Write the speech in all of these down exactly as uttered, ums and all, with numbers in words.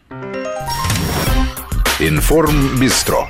Информбистро.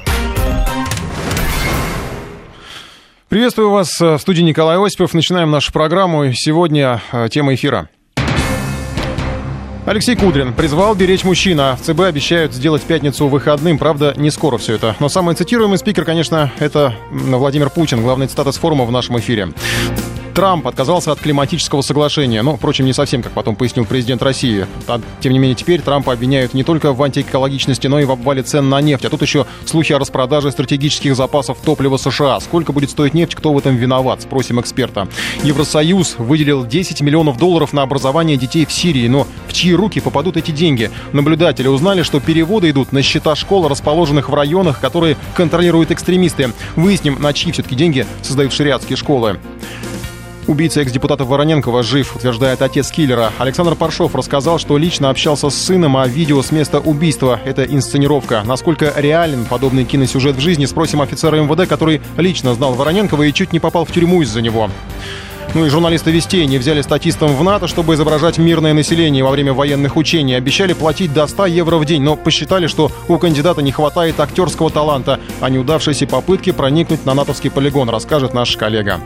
Приветствую вас в студии Николай Осипов. Начинаем нашу программу. Сегодня тема эфира. Алексей Кудрин призвал беречь мужчин, а в ЦБ обещают сделать пятницу выходным. Правда, не скоро все это. Но самый цитируемый спикер, конечно, это Владимир Путин. Главная цитата с форума в нашем эфире. Трамп отказался от климатического соглашения. Но, впрочем, не совсем, как потом пояснил президент России. А, тем не менее, теперь Трампа обвиняют не только в антиэкологичности, но и в обвале цен на нефть. А тут еще слухи о распродаже стратегических запасов топлива США. Сколько будет стоить нефть, кто в этом виноват? Спросим эксперта. Евросоюз выделил десять миллионов долларов на образование детей в Сирии. Но в чьи руки попадут эти деньги? Наблюдатели узнали, что переводы идут на счета школ, расположенных в районах, которые контролируют экстремисты. Выясним, на чьи все-таки деньги создают шариатские школы. Убийца экс-депутата Вороненкова жив, утверждает отец киллера. Александр Паршов рассказал, что лично общался с сыном, а видео с места убийства — это инсценировка. Насколько реален подобный киносюжет в жизни, спросим офицера эм вэ дэ, который лично знал Вороненкова и чуть не попал в тюрьму из-за него. Ну и журналисты «Вестей» не взяли статистам в НАТО, чтобы изображать мирное население во время военных учений. Обещали платить до ста евро в день, но посчитали, что у кандидата не хватает актерского таланта. О неудавшейся попытке проникнуть на натовский полигон, расскажет наш коллега.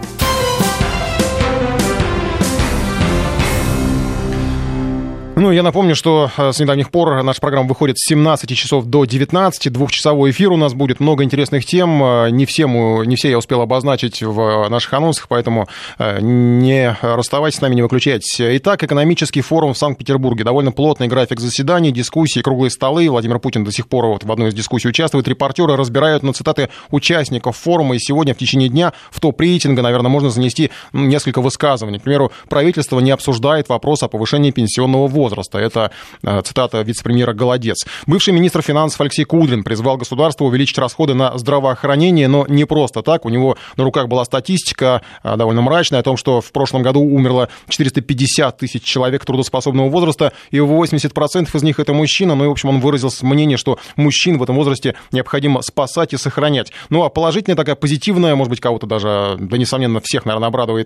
Ну, я напомню, что с недавних пор наша программа выходит с семнадцати часов до девятнадцати. Двухчасовой эфир у нас будет, много интересных тем. Не все, не все я успел обозначить в наших анонсах, поэтому не расставайтесь с нами, не выключайтесь. Итак, экономический форум в Санкт-Петербурге. Довольно плотный график заседаний, дискуссий, круглые столы. Владимир Путин до сих пор вот в одной из дискуссий участвует. Репортеры разбирают на цитаты участников форума. И сегодня в течение дня в топ рейтинга, наверное, можно занести несколько высказываний. К примеру, правительство не обсуждает вопрос о повышении пенсионного возраста. Это цитата вице-премьера Голодец. Бывший министр финансов Алексей Кудрин призвал государство увеличить расходы на здравоохранение, но не просто так. У него на руках была статистика довольно мрачная о том, что в прошлом году умерло четыреста пятьдесят тысяч человек трудоспособного возраста, и восемьдесят процентов из них это мужчина. Ну и, в общем, он выразил мнение, что мужчин в этом возрасте необходимо спасать и сохранять. Ну а положительная такая, позитивная, может быть, кого-то даже, да, несомненно, всех, наверное, обрадует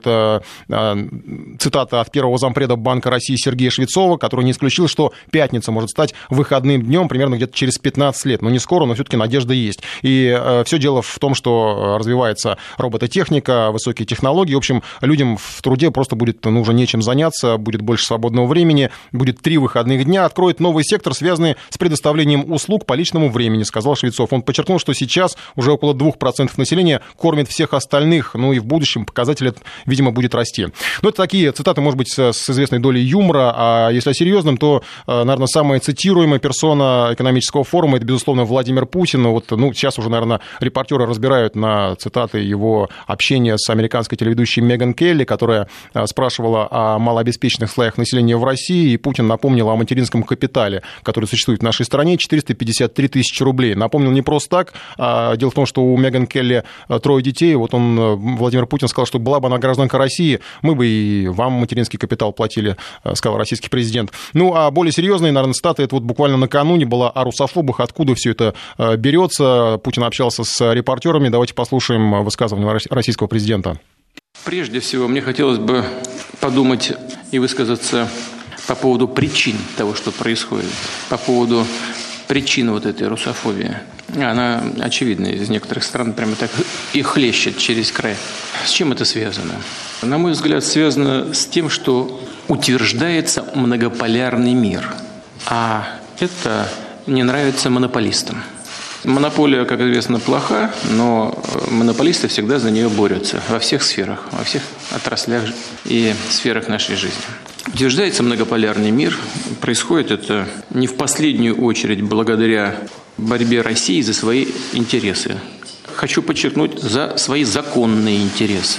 цитата от первого зампреда Банка России Сергея Швецова, который не исключил, что пятница может стать выходным днем примерно где-то через пятнадцать лет. Но не скоро, но все-таки надежда есть. И э, все дело в том, что развивается робототехника, высокие технологии. В общем, людям в труде просто будет ну, уже нечем заняться, будет больше свободного времени, будет три выходных дня, откроет новый сектор, связанный с предоставлением услуг по личному времени, сказал Швецов. Он подчеркнул, что сейчас уже около двух процентов населения кормит всех остальных, ну и в будущем показатель, видимо, будет расти. Но это такие цитаты, может быть, с известной долей юмора, а если о серьезном, то, наверное, самая цитируемая персона экономического форума — это, безусловно, Владимир Путин. Вот, ну, сейчас уже, наверное, репортеры разбирают на цитаты его общения с американской телеведущей Меган Келли, которая спрашивала о малообеспеченных слоях населения в России, и Путин напомнил о материнском капитале, который существует в нашей стране, четыреста пятьдесят три тысячи рублей. Напомнил не просто так. А дело в том, что у Меган Келли трое детей. Вот он, Владимир Путин, сказал, что была бы она гражданка России, мы бы и вам материнский капитал платили, сказал российский президент. Ну, а более серьезные, наверное, статы, это вот буквально накануне была о русофобах, откуда все это берется. Путин общался с репортерами. Давайте послушаем высказывание российского президента. Прежде всего, мне хотелось бы подумать и высказаться по поводу причин того, что происходит, по поводу причин вот этой русофобии. Она очевидна, из некоторых стран прямо так и хлещет через край. С чем это связано? На мой взгляд, связано с тем, что утверждается многополярный мир, а это не нравится монополистам. Монополия, как известно, плоха, но монополисты всегда за нее борются во всех сферах, во всех отраслях и сферах нашей жизни. Утверждается многополярный мир. Происходит это не в последнюю очередь благодаря борьбе России за свои интересы. Хочу подчеркнуть, за свои законные интересы.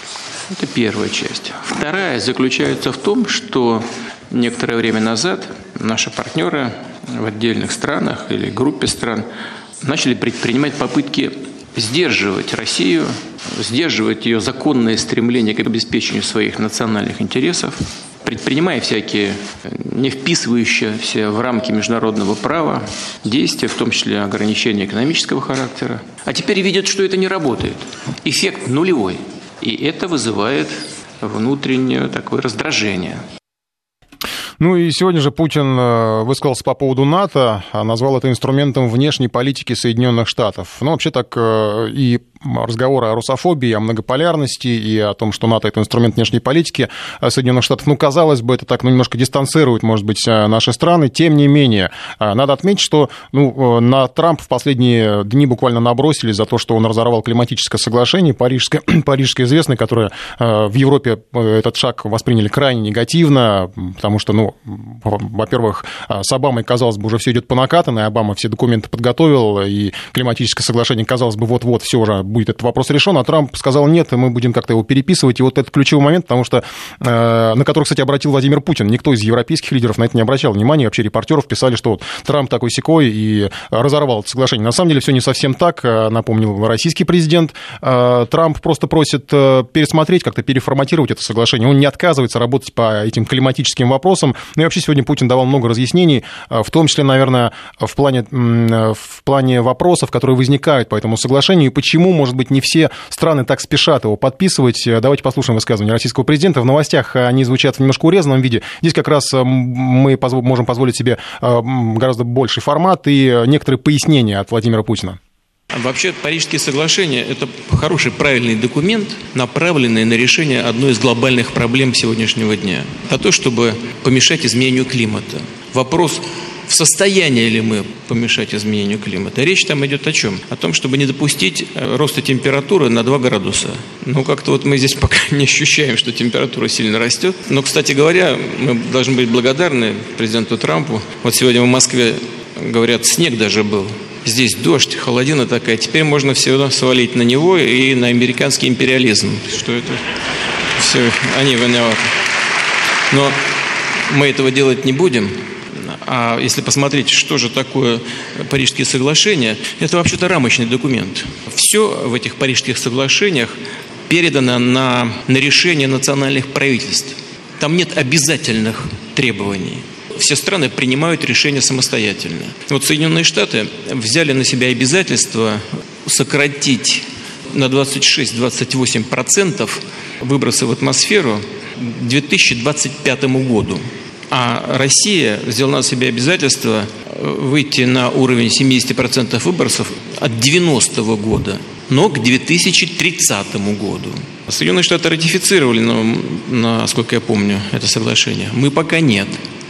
Это первая часть. Вторая заключается в том, что некоторое время назад наши партнеры в отдельных странах или группе стран начали предпринимать попытки сдерживать Россию, сдерживать ее законное стремление к обеспечению своих национальных интересов, предпринимая всякие не вписывающиеся в рамки международного права действия, в том числе ограничения экономического характера. А теперь видят, что это не работает. Эффект нулевой. И это вызывает внутреннее такое раздражение. Ну и сегодня же Путин высказался по поводу НАТО, назвал это инструментом внешней политики Соединенных Штатов. Ну, вообще так и разговоры о русофобии, о многополярности и о том, что НАТО — это инструмент внешней политики Соединенных Штатов, ну, казалось бы, это так, ну, немножко дистанцирует, может быть, наши страны. Тем не менее, надо отметить, что, ну, на Трампа в последние дни буквально набросились за то, что он разорвал климатическое соглашение, парижское, парижское известное, которое в Европе этот шаг восприняли крайне негативно, потому что, ну, во-первых, с Обамой, казалось бы, уже все идет по накатанной, Обама все документы подготовил, и климатическое соглашение, казалось бы, вот-вот все уже будет этот вопрос решен, а Трамп сказал нет, и мы будем как-то его переписывать. И вот это ключевой момент, потому что, э, на который, кстати, обратил Владимир Путин. Никто из европейских лидеров на это не обращал внимания. Вообще репортеров писали, что вот Трамп такой-сякой и разорвал это соглашение. На самом деле все не совсем так, напомнил российский президент. Э, Трамп просто просит пересмотреть, как-то переформатировать это соглашение. Он не отказывается работать по этим климатическим вопросам. Ну и вообще сегодня Путин давал много разъяснений, в том числе, наверное, в плане, в плане вопросов, которые возникают по этому соглашению, и почему, может быть, не все страны так спешат его подписывать. Давайте послушаем высказывание российского президента. В новостях они звучат в немножко урезанном виде. Здесь как раз мы можем позволить себе гораздо больший формат и некоторые пояснения от Владимира Путина. Вообще, Парижские соглашения – это хороший, правильный документ, направленный на решение одной из глобальных проблем сегодняшнего дня. Это то, чтобы помешать изменению климата. Вопрос, в состоянии ли мы помешать изменению климата. Речь там идет о чем? О том, чтобы не допустить роста температуры на два градуса. Ну, как-то вот мы здесь пока не ощущаем, что температура сильно растет. Но, кстати говоря, мы должны быть благодарны президенту Трампу. Вот сегодня в Москве, говорят, снег даже был. Здесь дождь, холодина такая. Теперь можно все свалить на него и на американский империализм. Что это? Все, они виноваты. Но мы этого делать не будем. А если посмотреть, что же такое Парижские соглашения, это вообще-то рамочный документ. Все в этих Парижских соглашениях передано на, на решение национальных правительств. Там нет обязательных требований. Все страны принимают решения самостоятельно. Вот Соединенные Штаты взяли на себя обязательство сократить на двадцать шесть - двадцать восемь процентов выбросы в атмосферу к две тысячи двадцать пятому году. А Россия взяла на себя обязательство выйти на уровень семьдесят процентов выбросов от девяностого года, но к две тысячи тридцатому году. Соединенные Штаты ратифицировали, ну, насколько я помню, это соглашение. Мы пока нет.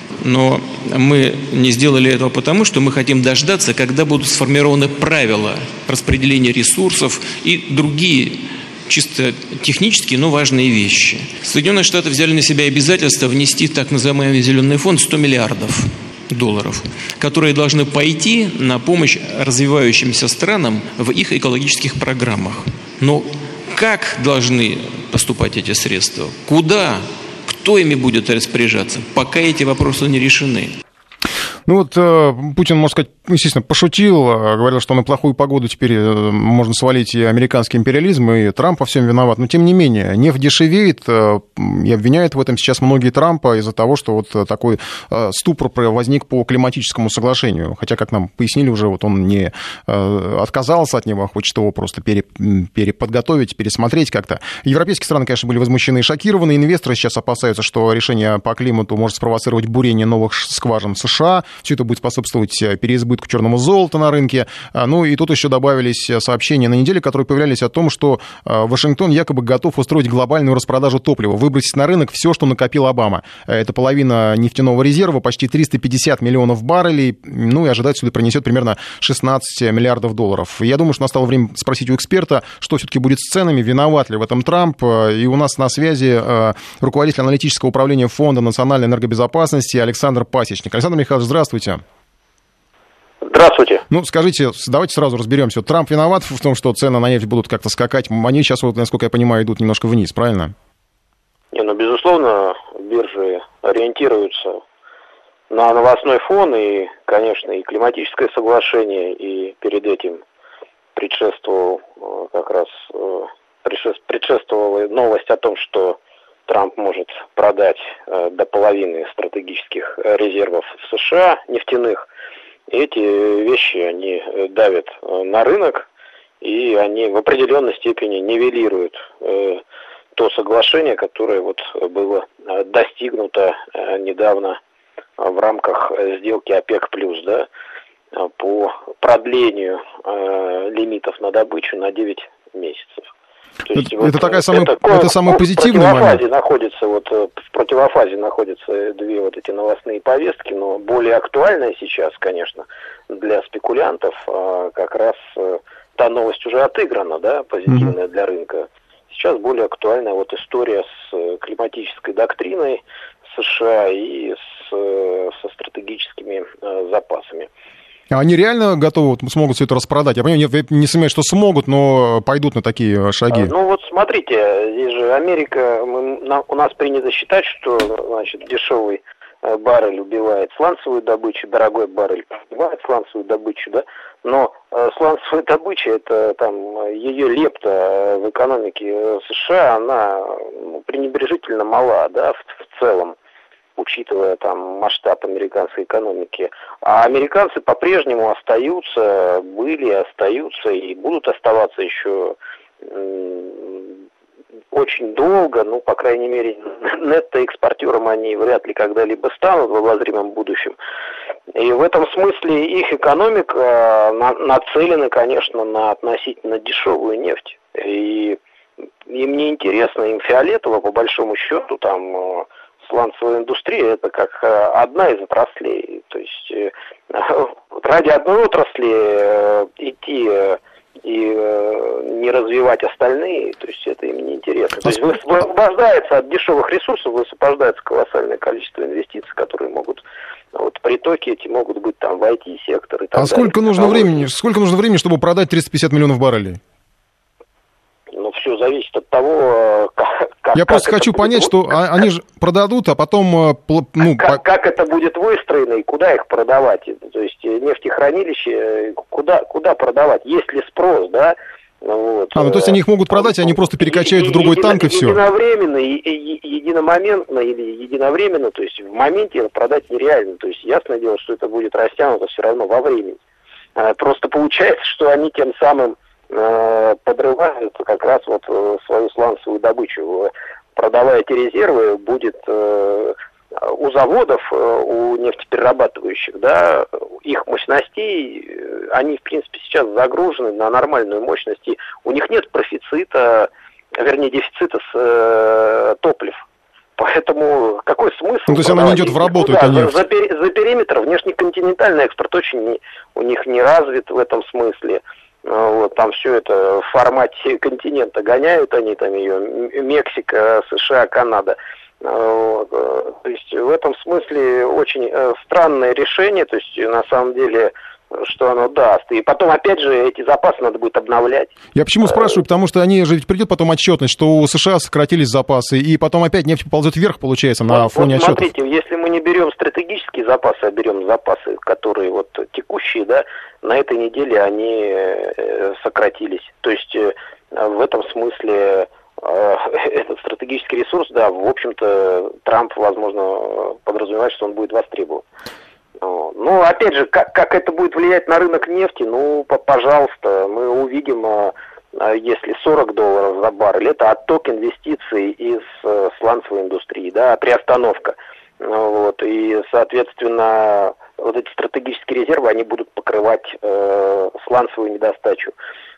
Но мы не сделали этого потому, что мы хотим дождаться, когда будут сформированы правила распределения ресурсов и другие чисто технические, но важные вещи. Соединенные Штаты взяли на себя обязательство внести в так называемый зеленый фонд сто миллиардов долларов, которые должны пойти на помощь развивающимся странам в их экологических программах. Но как должны поступать эти средства? Куда? Кто ими будет распоряжаться? Пока эти вопросы не решены. Ну вот Путин, можно сказать, естественно, пошутил, говорил, что на плохую погоду теперь можно свалить и американский империализм, и Трамп во всем виноват. Но, тем не менее, нефть дешевеет, и обвиняют в этом сейчас многие Трампа из-за того, что вот такой ступор возник по климатическому соглашению. Хотя, как нам пояснили уже, вот он не отказался от него, а хочет его просто переподготовить, пересмотреть как-то. Европейские страны, конечно, были возмущены и шокированы. Инвесторы сейчас опасаются, что решение по климату может спровоцировать бурение новых скважин в США. Все это будет способствовать переизбытку черного золота на рынке. Ну и тут еще добавились сообщения на неделе, которые появлялись о том, что Вашингтон якобы готов устроить глобальную распродажу топлива, выбросить на рынок все, что накопил Обама. Это половина нефтяного резерва, почти триста пятьдесят миллионов баррелей. Ну и ожидать сюда принесет примерно шестнадцать миллиардов долларов. Я думаю, что настало время спросить у эксперта, что все-таки будет с ценами, виноват ли в этом Трамп. И у нас на связи руководитель аналитического управления Фонда национальной энергобезопасности Александр Пасечник. Александр Михайлович, здравствуйте. Здравствуйте. Ну, скажите, давайте сразу разберемся. Трамп виноват в том, что цены на нефть будут как-то скакать? Они сейчас, вот, насколько я понимаю, идут немножко вниз, правильно? Не, ну, безусловно, биржи ориентируются на новостной фон, и, конечно, и климатическое соглашение, и перед этим предшествовал как раз предшествовала новость о том, что Трамп может продать до половины стратегических резервов в США нефтяных. И эти вещи, они давят на рынок, и они в определенной степени нивелируют то соглашение, которое вот было достигнуто недавно в рамках сделки ОПЕК+, да, по продлению э, лимитов на добычу на девять месяцев. То есть, это, вот, это такая самая, это, это самый позитивный момент. Находится, вот, в противофазе находятся две вот эти новостные повестки, но более актуальная сейчас, конечно, для спекулянтов, как раз та новость уже отыграна, да, позитивная mm-hmm. для рынка. Сейчас более актуальная вот история с климатической доктриной США и с, со стратегическими запасами. А они реально готовы, смогут все это распродать? Я понимаю, я не сомневаюсь, что смогут, но пойдут на такие шаги. Ну вот смотрите, здесь же Америка, мы, на, у нас принято считать, что, значит, дешевый баррель убивает сланцевую добычу, дорогой баррель убивает сланцевую добычу, да, но э, сланцевая добыча, это там ее лепта в экономике США, она ну, пренебрежительно мала, да, в, в целом, учитывая там масштаб американской экономики. А американцы по-прежнему остаются, были, остаются и будут оставаться еще м- очень долго, ну, по крайней мере, нетто-экспортером они вряд ли когда-либо станут в обозримом будущем. И в этом смысле их экономика на- нацелена, конечно, на относительно дешевую нефть. И им не интересно, им фиолетово, по большому счету, там... сланцевая индустрия – это как одна из отраслей. То есть ради одной отрасли идти и не развивать остальные, то есть это им не интересно. То есть высвобождается от дешевых ресурсов, высвобождается колоссальное количество инвестиций, которые могут, вот притоки эти могут быть там в ай ти-сектор и так далее. А сколько нужно времени, сколько нужно времени, чтобы продать триста пятьдесят миллионов баррелей? Ну, все зависит от того, как... как Я просто как хочу понять, будет... что они же продадут, а потом... Ну, как, по... как это будет выстроено и куда их продавать? То есть нефтехранилище, куда, куда продавать? Есть ли спрос, да? Вот. А, ну то есть они их могут продать, и они просто перекачают и, в другой едино, танк и все? Единовременно, и, и, единомоментно или единовременно, то есть в моменте продать нереально. То есть ясное дело, что это будет растянуто все равно во времени. Просто получается, что они тем самым подрывают как раз вот свою сланцевую добычу. Продавая эти резервы, будет у заводов, у нефтеперерабатывающих, да, их мощностей, они, в принципе, сейчас загружены на нормальную мощность, и у них нет профицита, вернее, дефицита с э, топлив. Поэтому какой смысл? Ну, то есть она не идет в работу, это нефть. За, за, за периметр внешнеконтинентальный экспорт очень не, у них не развит в этом смысле. Вот, там все это в формате континента гоняют они, там ее Мексика, США, Канада. Вот, то есть в этом смысле очень странное решение, то есть на самом деле, что оно даст. И потом, опять же, эти запасы надо будет обновлять. Я почему спрашиваю? Потому что они же ведь придет потом отчетность, что у США сократились запасы, и потом опять нефть ползет вверх, получается, на вот, фоне вот отчетов. Смотрите, если мы не берем стратегические запасы, а берем запасы, которые вот текущие, да, на этой неделе они сократились. То есть в этом смысле этот стратегический ресурс, да, в общем-то, Трамп, возможно, подразумевает, что он будет востребован. Ну, опять же, как, как это будет влиять на рынок нефти, ну, пожалуйста, мы увидим, если сорок долларов за баррель, это отток инвестиций из сланцевой индустрии, да, приостановка. Вот, и, соответственно, вот эти стратегические резервы, они будут покрывать э, сланцевую недостачу.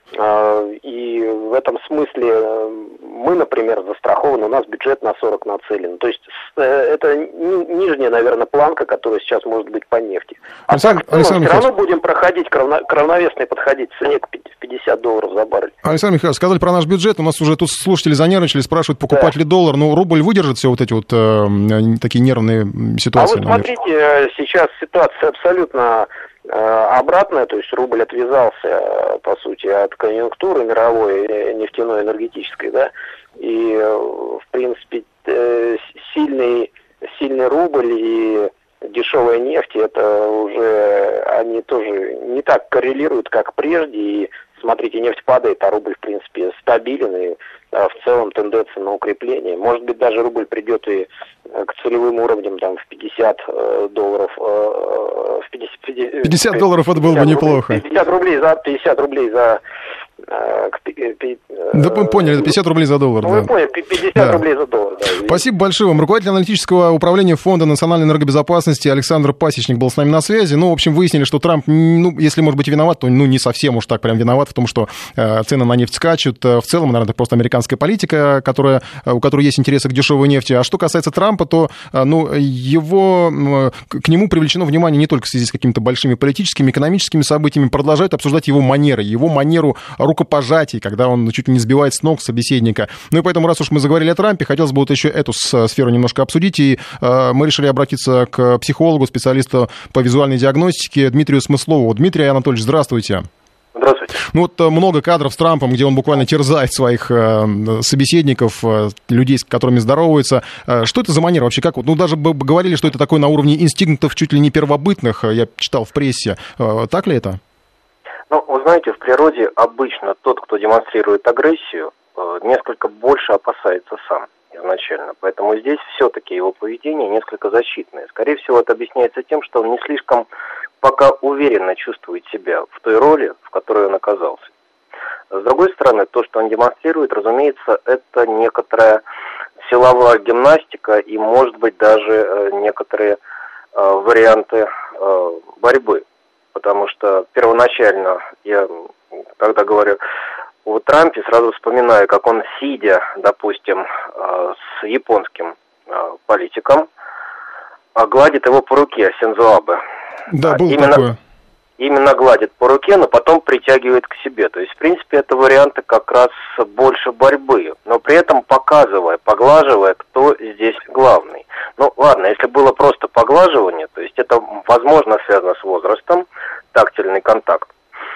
Э, и в этом смысле мы, например, застрахованы, у нас бюджет на сорок нацелен. То есть э, это ни, нижняя, наверное, планка, которая сейчас может быть по нефти. А Александр, так, все равно будем проходить, к, равно, к равновесной подходить цене к пятьдесят долларов за баррель. Александр Михайлович, сказали про наш бюджет, у нас уже тут слушатели занервничали, спрашивают, покупать да. ли доллар. Ну, рубль выдержит все вот эти вот э, такие нервные ситуации? А вот смотрите, сейчас ситуация абсолютно э, обратная, то есть рубль отвязался, по сути, от конъюнктуры мировой нефтяной, энергетической, да, и, в принципе, э, сильный, сильный рубль и дешевая нефть, это уже, они тоже не так коррелируют, как прежде, и смотрите, нефть падает, а рубль, в принципе, стабилен, и а, в целом тенденция на укрепление. Может быть, даже рубль придет и к целевым уровням там, в пятьдесят э, долларов. Э, в пятьдесят, пятьдесят долларов это было бы неплохо. пятьдесят рублей за, пятьдесят рублей за, к, да, мы поняли, пятьдесят рублей за доллар. Ну, да. Вы поняли, пятьдесят да. рублей за доллар. Да. Спасибо большое вам. Руководитель аналитического управления Фонда национальной энергобезопасности Александр Пасечник был с нами на связи. Ну, в общем, выяснили, что Трамп, ну, если, может быть, и виноват, то ну, не совсем уж так прям виноват в том, что э, цены на нефть скачут. В целом, наверное, это просто американская политика, которая, у которой есть интересы к дешевой нефти. А что касается Трампа, то э, ну, его, э, к нему привлечено внимание не только в связи с какими-то большими политическими, экономическими событиями, продолжают обсуждать его манеры, его манеру рукопожатий, когда он чуть ли не сбивает с ног собеседника. Ну и поэтому, раз уж мы заговорили о Трампе, хотелось бы вот еще эту сферу немножко обсудить, и э, мы решили обратиться к психологу, специалисту по визуальной диагностике Дмитрию Смыслову. Дмитрий Анатольевич, здравствуйте. Здравствуйте. Ну вот много кадров с Трампом, где он буквально терзает своих э, собеседников, э, людей, с которыми здоровается. Э, что это за манера вообще? Как вот, ну даже бы говорили, что это такое на уровне инстинктов чуть ли не первобытных, я читал в прессе. Э, так ли это? Ну, вы знаете, в природе обычно тот, кто демонстрирует агрессию, несколько больше опасается сам изначально. Поэтому здесь все-таки его поведение несколько защитное. Скорее всего, это объясняется тем, что он не слишком пока уверенно чувствует себя в той роли, в которой он оказался. С другой стороны, то, что он демонстрирует, разумеется, это некоторая силовая гимнастика и, может быть, даже некоторые варианты борьбы. Потому что первоначально я, когда говорю о Трампе, сразу вспоминаю, как он, сидя, допустим, с японским политиком, гладит его по руке, Синдзо Абе. Да, было именно, такое. Именно гладит по руке, но потом притягивает к себе. То есть, в принципе, это варианты как раз больше борьбы, но при этом показывая, поглаживая, кто здесь главный. Ну, ладно, если было просто поглаживание, то есть это, возможно, связано с возрастом, тактильный контакт,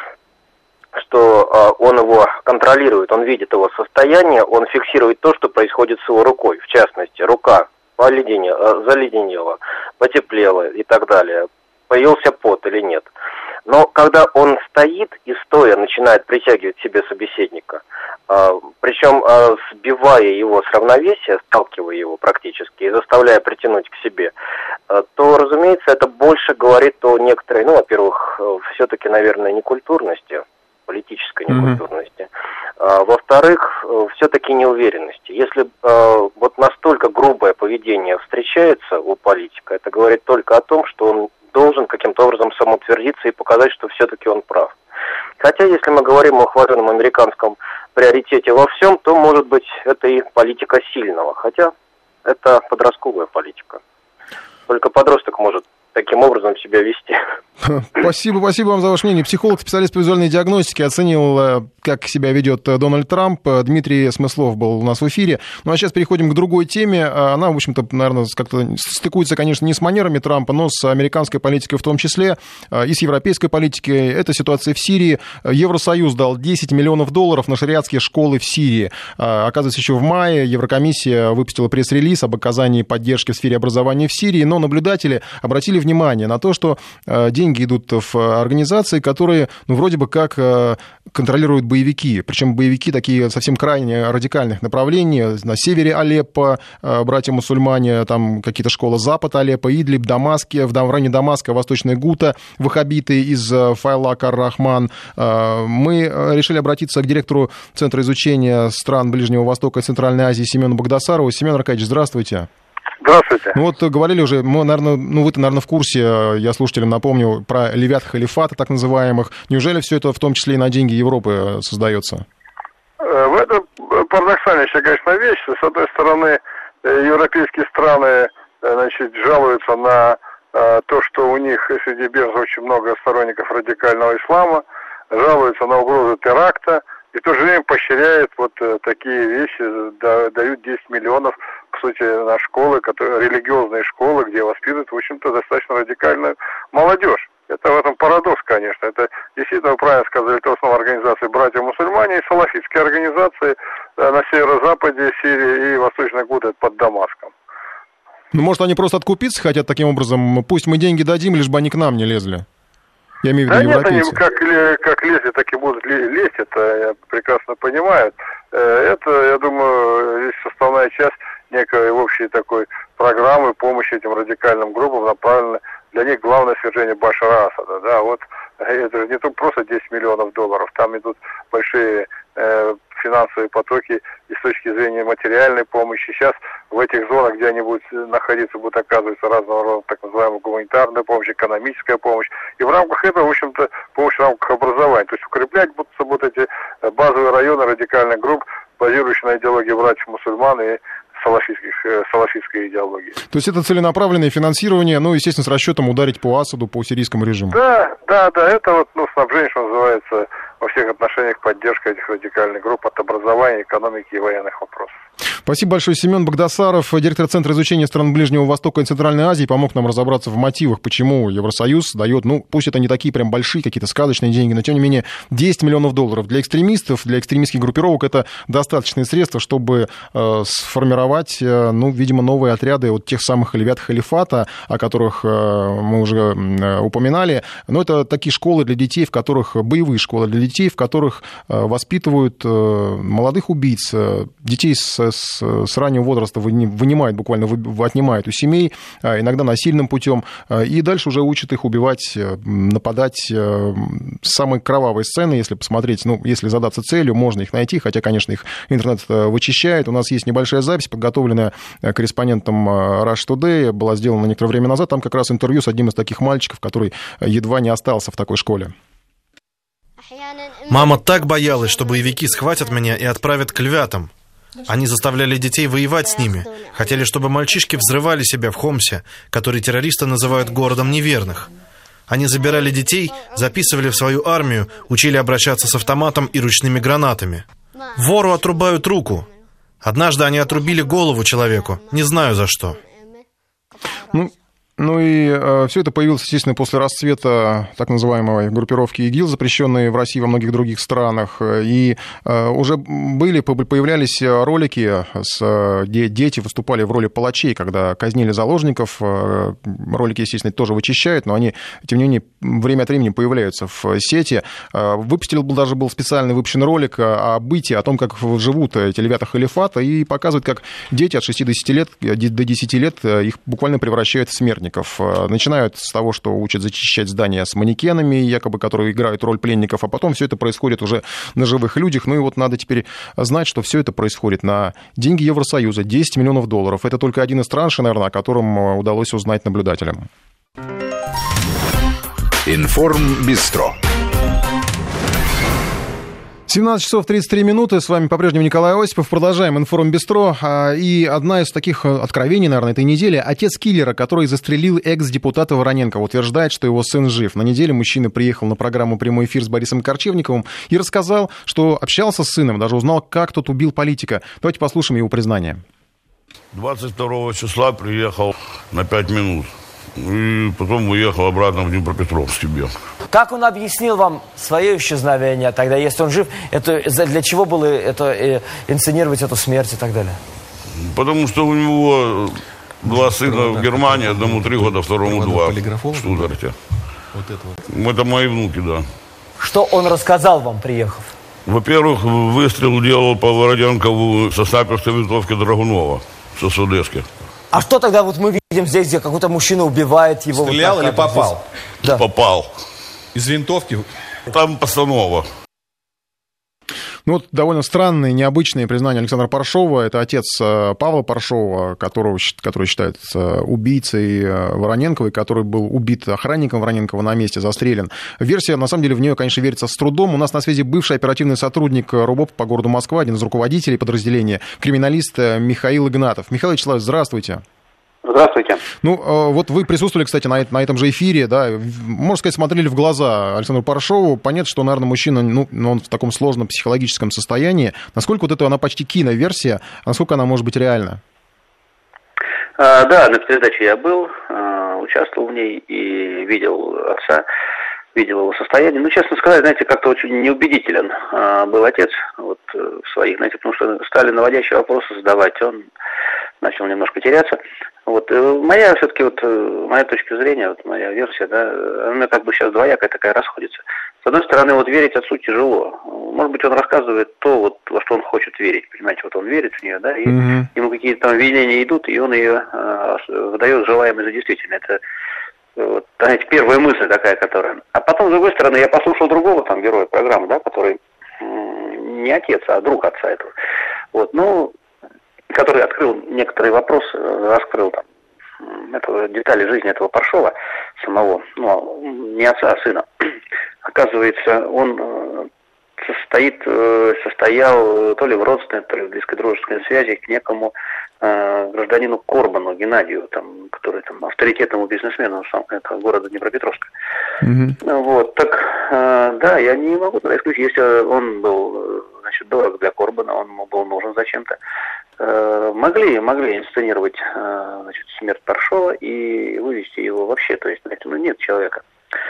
что э, он его контролирует, он видит его состояние, он фиксирует то, что происходит с его рукой. В частности, рука поледенела, заледенела, потеплела и так далее. Появился пот или нет. Но когда он стоит и стоя начинает притягивать к себе собеседника, э, причем э, сбивая его с равновесия, сталкивая его практически и заставляя притянуть к себе, э, то, разумеется, это больше говорит о некоторой, ну, во-первых, э, все-таки, наверное, некультурности, политической некультурности. Mm-hmm. А, во-вторых, э, все-таки неуверенности. Если э, вот настолько грубое поведение встречается у политика, это говорит только о том, что он должен каким-то образом самоутвердиться и показать, что все-таки он прав. Хотя, если мы говорим о хваленном американском приоритете во всем, то, может быть, это и политика сильного. Хотя это подростковая политика. Только подросток может таким образом себя вести. Спасибо, спасибо вам за ваше мнение. Психолог, специалист по визуальной диагностике оценил, как себя ведет Дональд Трамп. Дмитрий Смыслов был у нас в эфире. Ну а сейчас переходим к другой теме. Она, в общем-то, наверное, как-то стыкуется, конечно, не с манерами Трампа, но с американской политикой в том числе, и с европейской политикой. Это ситуация в Сирии. Евросоюз дал десять миллионов долларов на шариатские школы в Сирии. Оказывается, еще в мае Еврокомиссия выпустила пресс-релиз об оказании поддержки в сфере образования в Сирии, но наблюдатели обратили внимание на то, что деньги идут в организации, которые, ну, вроде бы как контролируют боевики. Причем боевики такие совсем крайне радикальных направлений. На севере Алеппо братья-мусульмане, там какие-то школы запад Алеппо, Идлиб, Дамаске, в районе Дамаска восточная Гута, ваххабиты из Файлак ар-Рахман. Мы решили обратиться к директору Центра изучения стран Ближнего Востока и Центральной Азии Семену Багдасарову. Семен Аркадьевич, здравствуйте. Здравствуйте. Ну вот говорили уже, мы, наверное, ну вы-то, наверное, в курсе, я слушателям напомню, про левят халифата так называемых. Неужели все это в том числе и на деньги Европы создается? Это парадоксальнейшая, конечно, вещь. С одной стороны, европейские страны, значит, жалуются на то, что у них среди беженцев очень много сторонников радикального ислама, жалуются на угрозу теракта, и в то же время поощряют вот такие вещи, дают десять миллионов, по сути, на школы, которые, религиозные школы, где воспитывают, в общем-то, достаточно радикальную молодежь. Это в этом парадокс, конечно. Это действительно, вы правильно сказали, это в основном организации «Братья-мусульмане» и салафитские организации на северо-западе Сирии и Восточной Гуты под Дамаском. Ну, может, они просто откупиться хотят таким образом? Пусть мы деньги дадим, лишь бы они к нам не лезли. Я имею в виду да европейцы. Нет, они как, как лезли, так и будут лезть, это я прекрасно понимаю. Это, я думаю, здесь составная часть некой общей такой программы помощи этим радикальным группам, направленной для них главное свержение Башара Асада. Да, вот это же не то просто десять миллионов долларов, там идут большие э, финансовые потоки и с точки зрения материальной помощи. Сейчас в этих зонах, где они будут находиться, будут оказываться разного рода так называемая гуманитарная помощь, экономическая помощь. И в рамках этого, в общем-то, помощь в рамках образования. То есть укреплять будут вот эти базовые районы радикальных групп, базирующие на идеологии братьев-мусульман и салафистской идеологии. То есть это целенаправленное финансирование, ну, естественно, с расчетом ударить по Асаду, по сирийскому режиму. Да, да, да, это вот, ну, снабжение, что называется, во всех отношениях поддержка этих радикальных групп от образования, экономики и военных вопросов. Спасибо большое. Семен Багдасаров, директор Центра изучения стран Ближнего Востока и Центральной Азии, помог нам разобраться в мотивах, почему Евросоюз дает, ну, пусть это не такие прям большие какие-то сказочные деньги, но тем не менее десять миллионов долларов. Для экстремистов, для экстремистских группировок это достаточные средства, чтобы э, сформировать, э, ну, видимо, новые отряды от тех самых ребят халифата, о которых э, мы уже э, упоминали. Но это такие школы для детей, в которых, боевые школы для детей, в которых э, воспитывают э, молодых убийц, э, детей с, с с раннего возраста вынимают, буквально отнимают у семей, иногда насильным путем, и дальше уже учат их убивать, нападать. Самые кровавые сцены, если посмотреть, ну, если задаться целью, можно их найти, хотя, конечно, их интернет вычищает. У нас есть небольшая запись, подготовленная корреспондентом Rush Today, была сделана некоторое время назад, там как раз интервью с одним из таких мальчиков, который едва не остался в такой школе. Мама так боялась, что боевики схватят меня и отправят к львятам. Они заставляли детей воевать с ними. Хотели, чтобы мальчишки взрывали себя в Хомсе, который террористы называют городом неверных. Они забирали детей, записывали в свою армию, учили обращаться с автоматом и ручными гранатами. Вору отрубают руку. Однажды они отрубили голову человеку. Не знаю за что. Ну... Ну и э, все это появилось, естественно, после расцвета так называемой группировки ИГИЛ, запрещенной в России и во многих других странах. И э, уже были, появлялись ролики, с, где дети выступали в роли палачей, когда казнили заложников. Ролики, естественно, тоже вычищают, но они, тем не менее, время от времени появляются в сети. Выпустил даже был специальный выпущен ролик о быте, о том, как живут эти ребята халифата, и показывает, как дети от шести до десяти лет, до десяти лет их буквально превращают в смертников. Начинают с того, что учат зачищать здания с манекенами, якобы, которые играют роль пленников, а потом все это происходит уже на живых людях. Ну и вот надо теперь знать, что все это происходит на деньги Евросоюза, десять миллионов долларов. Это только один из траншей, наверное, о котором удалось узнать наблюдателям. Информбистро. семнадцать часов тридцать три минуты. С вами по-прежнему Николай Осипов. Продолжаем информбистро. И одна из таких откровений, наверное, этой недели. Отец киллера, который застрелил экс-депутата Вороненкова, утверждает, что его сын жив. На неделе мужчина приехал на программу «Прямой эфир» с Борисом Корчевниковым и рассказал, что общался с сыном, даже узнал, как тот убил политика. Давайте послушаем его признание. двадцать второго числа приехал на пять минут. И потом уехал обратно в Днепропетровск себе. Как он объяснил вам свое исчезновение тогда, если он жив? Это, для чего было это, э, инсценировать эту смерть и так далее? Потому что у него два сына в Германии, одному три года, второму два в Штутгарте. Вот это вот. Это мои внуки, да. Что он рассказал вам, приехав? Во-первых, выстрел делал по Вороненкову со снайперской винтовки Драгунова в Сосудеске. А что тогда вот мы видим здесь, где какой-то мужчина убивает его? Стрелял вот или попал? Да. Попал. Из винтовки? Там постанова. Ну вот довольно странное, необычное признание Александра Паршова. Это отец Павла Паршова, которого, который считается убийцей Вороненковой, который был убит охранником Вороненкова на месте, застрелен. Версия, на самом деле, в нее, конечно, верится с трудом. У нас на связи бывший оперативный сотрудник РУБОП по городу Москва, один из руководителей подразделения, криминалист Михаил Игнатов. Михаил Вячеславович, здравствуйте. Здравствуйте. Ну, вот вы присутствовали, кстати, на, на этом же эфире, да, можно сказать, смотрели в глаза Александру Паршову. Понятно, что, наверное, мужчина, ну, он в таком сложном психологическом состоянии. Насколько вот это, она почти киноверсия, а насколько она может быть реальна? А, да, на передаче я был, участвовал в ней и видел отца, видел его состояние. Ну, честно сказать, знаете, как-то очень неубедителен был отец вот, в своих, знаете, потому что стали наводящие вопросы задавать, он начал немножко теряться. Вот моя все-таки вот моя точка зрения, вот моя версия, да, она как бы сейчас двоякая такая расходится. С одной стороны, вот верить отцу тяжело. Может быть, он рассказывает то, вот, во что он хочет верить, понимаете, вот он верит в нее, да, и mm-hmm. ему какие-то там видения идут, и он ее э, выдает желаемое за действительное. Это вот, знаете, первая мысль такая, которая... А потом, с другой стороны, я послушал другого там героя программы, да, который не отец, а друг отца этого. Вот, ну, который открыл некоторые вопросы, раскрыл там этого, детали жизни этого Паршова самого, ну, не отца, а сына. Оказывается, он состоит, состоял то ли в родственной, то ли в близкой дружественной связи к некому э, гражданину Корбану, Геннадию, там, который там авторитетному бизнесмену сам, этого города Днепропетровска. Mm-hmm. Вот, так, э, да, я не могу тогда исключить, если он был, значит, дорог для Корбана, он ему был нужен зачем-то, э, могли, могли инсценировать, э, значит, смерть Паршова и вывести его вообще, то есть, знаете, ну, нет человека.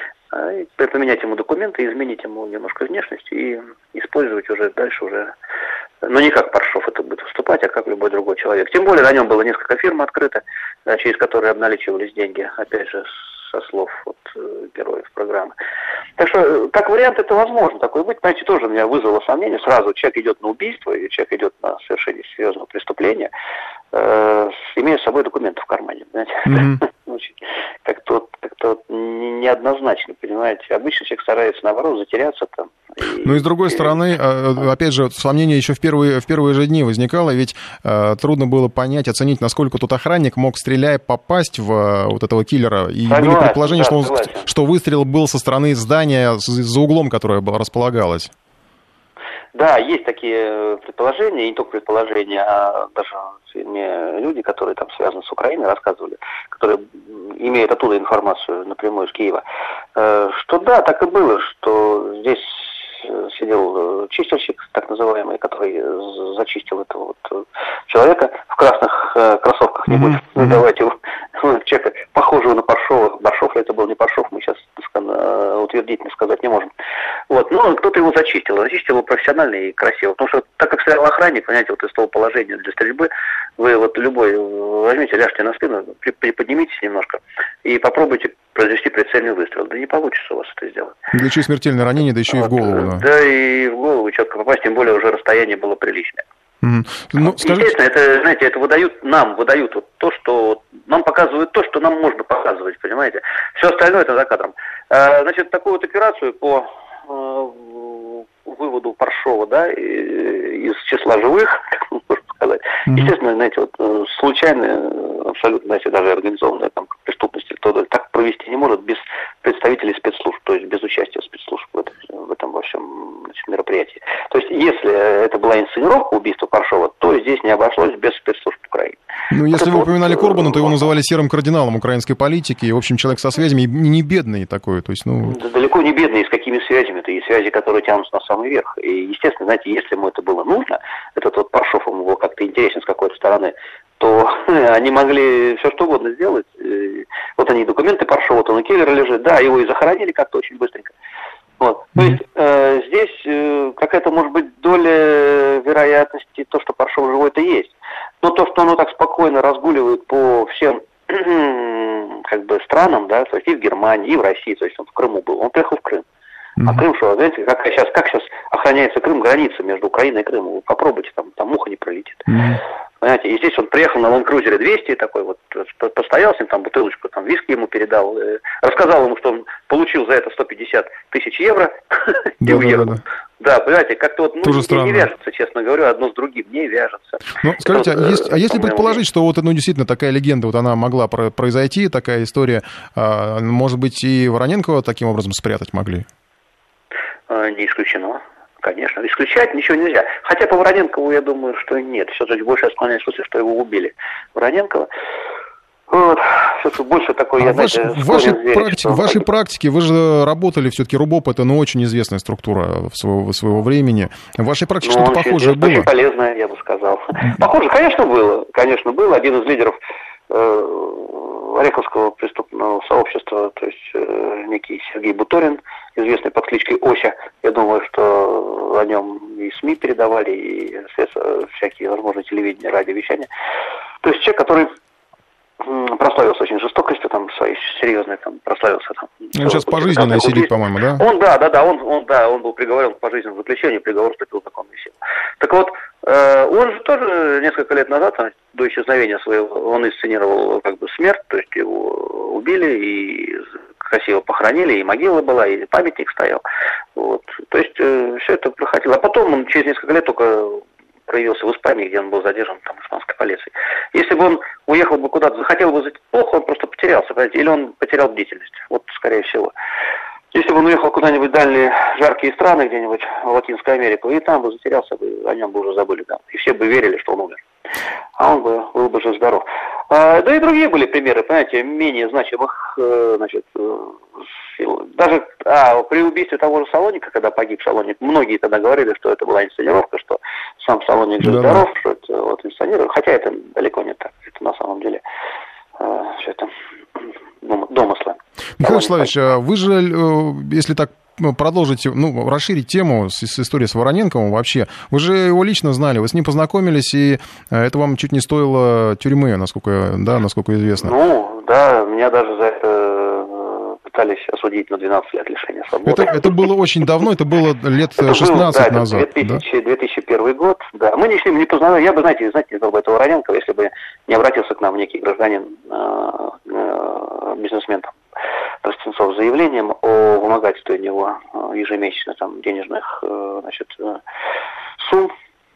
Поменять ему документы, изменить ему немножко внешность и использовать уже дальше уже, ну не как Паршов это будет выступать, а как любой другой человек. Тем более на нем было несколько фирм открыто, через которые обналичивались деньги, опять же, со слов вот, героев программы. Так что, как вариант, это возможно такое быть. Знаете, тоже меня вызвало сомнение. Сразу человек идет на убийство, и человек идет на совершение серьезного преступления, э, имея с собой документы в кармане. Знаете? Mm-hmm. Как-то, как-то неоднозначно, понимаете. Обычно человек старается, наоборот, затеряться там. И, ну и с другой и... стороны, опять же, сомнение еще в первые, в первые же дни возникало, ведь э, трудно было понять, оценить, насколько тот охранник мог, стреляя, попасть в э, вот этого киллера. И согласен, были предположения, да, что, он, что выстрел был со стороны здания, за углом, которое располагалось. Да, есть такие предположения, и не только предположения, а даже в фильме люди, которые там связаны с Украиной, рассказывали, которые имеют оттуда информацию напрямую из Киева, что да, так и было, что здесь сидел чистильщик, так называемый, который зачистил этого вот человека в красных кроссовках, не будем mm-hmm. называть его, человека, похожего на Паршова. Паршов ли это был, не Паршов, мы сейчас утвердительно сказать не можем. Вот, ну, кто-то его зачистил, зачистил его профессионально и красиво, потому что так как стоял охранник, понимаете, вот из того положения для стрельбы, вы вот любой возьмите, ляжьте на спину, приподнимитесь немножко и попробуйте произвести прицельный выстрел. Да не получится у вас это сделать. Да еще и смертельное ранение, да еще вот, и в голову. Да. да, и в голову четко попасть, тем более уже расстояние было приличное. Mm-hmm. Ну, скажите... Естественно, это, знаете, это выдают нам, выдают вот то, что нам показывают то, что нам можно показывать, понимаете. Все остальное это за кадром. А, значит, такую вот операцию по э, выводу Паршова, да, из числа живых, как можно сказать. Mm-hmm. Естественно, знаете, вот случайно, абсолютно, знаете, даже организованная там преступность, кто так провести не может без представителей спецслужб, то есть без участия спецслужб в этом, в этом во всем, значит, мероприятии. То есть, если это была инсценировка убийства Паршова, то здесь не обошлось без спецслужб Украины. Ну, вот если вы вот, упоминали Корбана, то его называли серым кардиналом украинской политики, и, в общем, человек со связями, и не бедный такой, то есть, ну... Да, далеко не бедный, с какими связями, это и связи, которые тянутся на самый верх. И, естественно, знаете, если ему это было нужно, этот вот Паршов ему был как-то интересен с какой-то стороны, то они могли все что угодно сделать. Вот они, документы Паршова, вот он у киллера лежит, да, его и захоронили как-то очень быстренько. Вот. То есть э, здесь э, какая-то, может быть, доля вероятности, то, что Паршов живой, это есть. Но то, что оно так спокойно разгуливает по всем как бы странам, да, то есть и в Германии, и в России, то есть он в Крыму был, он приехал в Крым. Mm-hmm. А Крым, что, знаете, как сейчас, как сейчас охраняется Крым, граница между Украиной и Крымом, вы попробуйте, там, там муха не пролетит. Mm-hmm. Понимаете, и здесь он приехал на лэнд-крузере двести, такой вот, постоял с ним, там бутылочку, там виски ему передал, э, рассказал ему, что он получил за это сто пятьдесят тысяч евро и уехал. Да, понимаете, как-то вот ну, не вяжется, честно говорю, одно с другим не вяжется. Ну, скажите, это, а, есть, а если предположить, что вот ну, действительно такая легенда, вот она могла произойти, такая история, а, может быть, и Вороненкова таким образом спрятать могли? А, не исключено. Конечно, исключать ничего нельзя. Хотя по Вороненкову, я думаю, что нет. Все-таки больше основная смысл, что его убили. Вороненкова. Вот. Все-таки больше такой, а я, ваш, знаете, в вашей, верить, практи... что... в вашей практике вы же работали, все-таки РУБОП это ну, очень известная структура своего, своего времени. В вашей практике ну, что-то похожее очень, было? Очень полезное, я бы сказал. Похоже, конечно, было. Конечно, было. Один из лидеров э, Ореховского преступного сообщества, то есть э, некий Сергей Буторин, известный под кличкой Ося. Я думаю, что о нем и СМИ передавали, и средства, всякие возможные телевидения, радиовещания. То есть человек, который прославился очень жестокостью, там, своей серьезной, там, прославился там. Он сейчас пожизненно сидит, по-моему, да? Он, да, да, да, он, он, да, он был приговорен к пожизненному заключению, приговор вступил в законную силу. Так вот, э, он же тоже несколько лет назад, до исчезновения своего, он инсценировал, как бы, смерть, то есть его убили и красиво похоронили, и могила была, и памятник стоял. Вот. То есть э, все это проходило. А потом он через несколько лет только проявился в Испании, где он был задержан там испанской полицией. Если бы он уехал бы куда-то, захотел бы зайти плохо, он просто потерялся, понимаете, или он потерял бдительность. Вот, скорее всего. Если бы он уехал куда-нибудь в дальние жаркие страны, где-нибудь в Латинскую Америку, и там бы затерялся, бы, о нем бы уже забыли, да. И все бы верили, что он умер. А он бы был бы жив-здоров. А, да и другие были примеры, понимаете, менее значимых, э, значит, э, даже а, при убийстве того же Салоника, когда погиб Салоник, многие тогда говорили, что это была инсценировка, что сам Салоник жив-здоров, да, что это вот инсценировали, хотя это далеко не так, это на самом деле э, все это домыслы. Михаил Вячеславович, вы же, если так продолжить, ну, расширить тему с, с историей с Вороненковым вообще, вы же его лично знали, вы с ним познакомились, и это вам чуть не стоило тюрьмы, насколько, да, насколько известно. Ну, да, меня даже за это пытались осудить на двенадцать лет лишения свободы. Это, это было очень давно, это было лет шестнадцать это был, да, назад. Это две тысячи, да? две тысячи первый год, да. Мы не с ним не познакомились, я бы, знаете, знаете, не знал бы этого Вороненкова, если бы не обратился к нам некий гражданин, э, э, бизнесмен, там, Тростенцов, с заявлением о вымогательстве у него ежемесячно там денежных, значит, сумм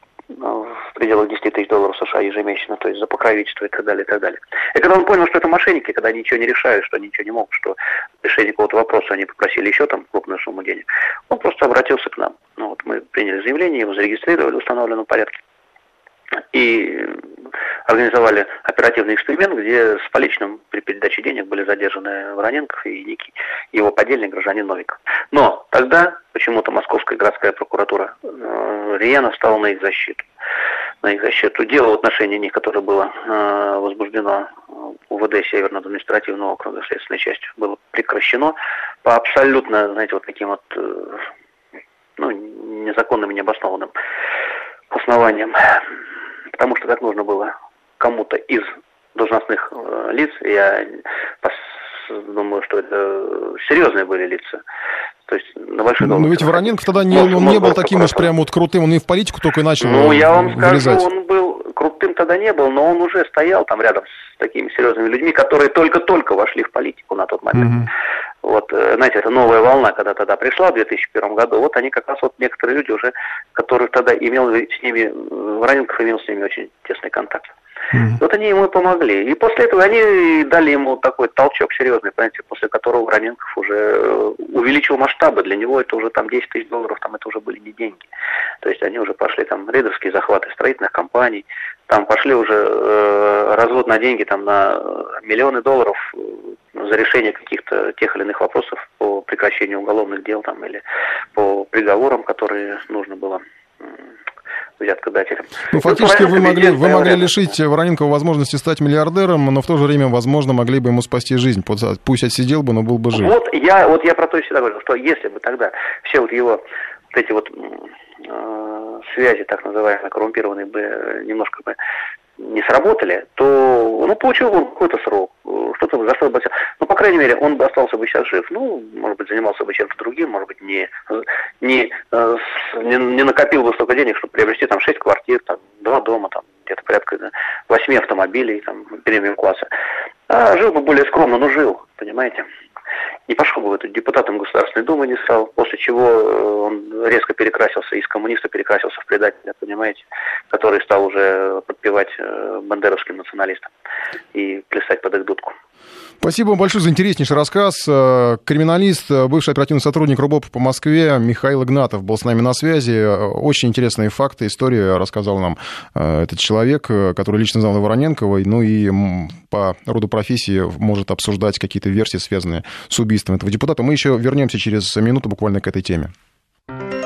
в пределах десять тысяч долларов США ежемесячно, то есть за покровительство и так далее, и так далее. И когда он понял, что это мошенники, когда они ничего не решают, что они ничего не могут, что решение какого-то вопроса они попросили еще там крупную сумму денег, он просто обратился к нам. Ну, вот мы приняли заявление, его зарегистрировали в установленном порядке и организовали оперативный эксперимент, где с поличным при передаче денег были задержаны Вороненков и некий его подельник гражданин Новиков. Но тогда почему-то Московская городская прокуратура э, рьяно встала на их защиту. На их защиту. Дело в отношении них, которое было э, возбуждено УВД Северного административного округа следственной частью, было прекращено по абсолютно, знаете, вот таким вот э, ну, незаконным и необоснованным основаниям. Потому что как нужно было кому-то из должностных э, лиц, я пос- думаю, что это серьезные были лица. То есть на большой должности. Но ведь Вороненков тогда не, он не был таким уж прям вот крутым, он и в политику только и начал Ну, я вам вылезать. скажу, он был крутым тогда не был, но он уже стоял там рядом с такими серьезными людьми, которые только-только вошли в политику на тот момент. Mm-hmm. Вот, знаете, это новая волна, когда тогда пришла в две тысячи первом году, вот они как раз вот некоторые люди уже, которые тогда имел с ними, Вороненков имел с ними очень тесный контакт. Mm-hmm. Вот они ему и помогли. И после этого они дали ему такой толчок серьезный, понимаете, после которого Вороненков уже увеличил масштабы. Для него это уже там десять тысяч долларов, там это уже были не деньги. То есть они уже пошли там рейдерские захваты строительных компаний, там пошли уже э, развод на деньги там на миллионы долларов за решение каких-то тех или иных вопросов по прекращению уголовных дел там или по приговорам, которые нужно было взяткодателям. Ну, фактически вы могли, вы могли лишить Вороненкова возможности стать миллиардером, но в то же время, возможно, могли бы ему спасти жизнь. Пусть отсидел бы, но был бы жив. Вот я, вот я про то и всегда говорил, что если бы тогда все вот его вот эти вот э, связи, так называемые, коррумпированные, бы немножко бы не сработали, то, ну, получил бы какой-то срок, что-то за что бы, ну, по крайней мере, он бы остался бы сейчас жив, ну, может быть, занимался бы чем-то другим, может быть, не, не, не, не накопил бы столько денег, чтобы приобрести там шесть квартир, там, два дома, там, где-то порядка да, восьми автомобилей, там, премиум-класса, а жил бы более скромно, но жил, понимаете. Не пошел бы в эту депутатом Государственной Думы, не стал, после чего он резко перекрасился, из коммуниста перекрасился в предателя, понимаете, который стал уже подпевать бандеровским националистам и плясать под их дудку. Спасибо вам большое за интереснейший рассказ. Криминалист, бывший оперативный сотрудник РУБОПа по Москве Михаил Игнатов был с нами на связи. Очень интересные факты, историю рассказал нам этот человек, который лично знал Вороненкова, ну и по роду профессии может обсуждать какие-то версии, связанные с убийством этого депутата. Мы еще вернемся через минуту буквально к этой теме.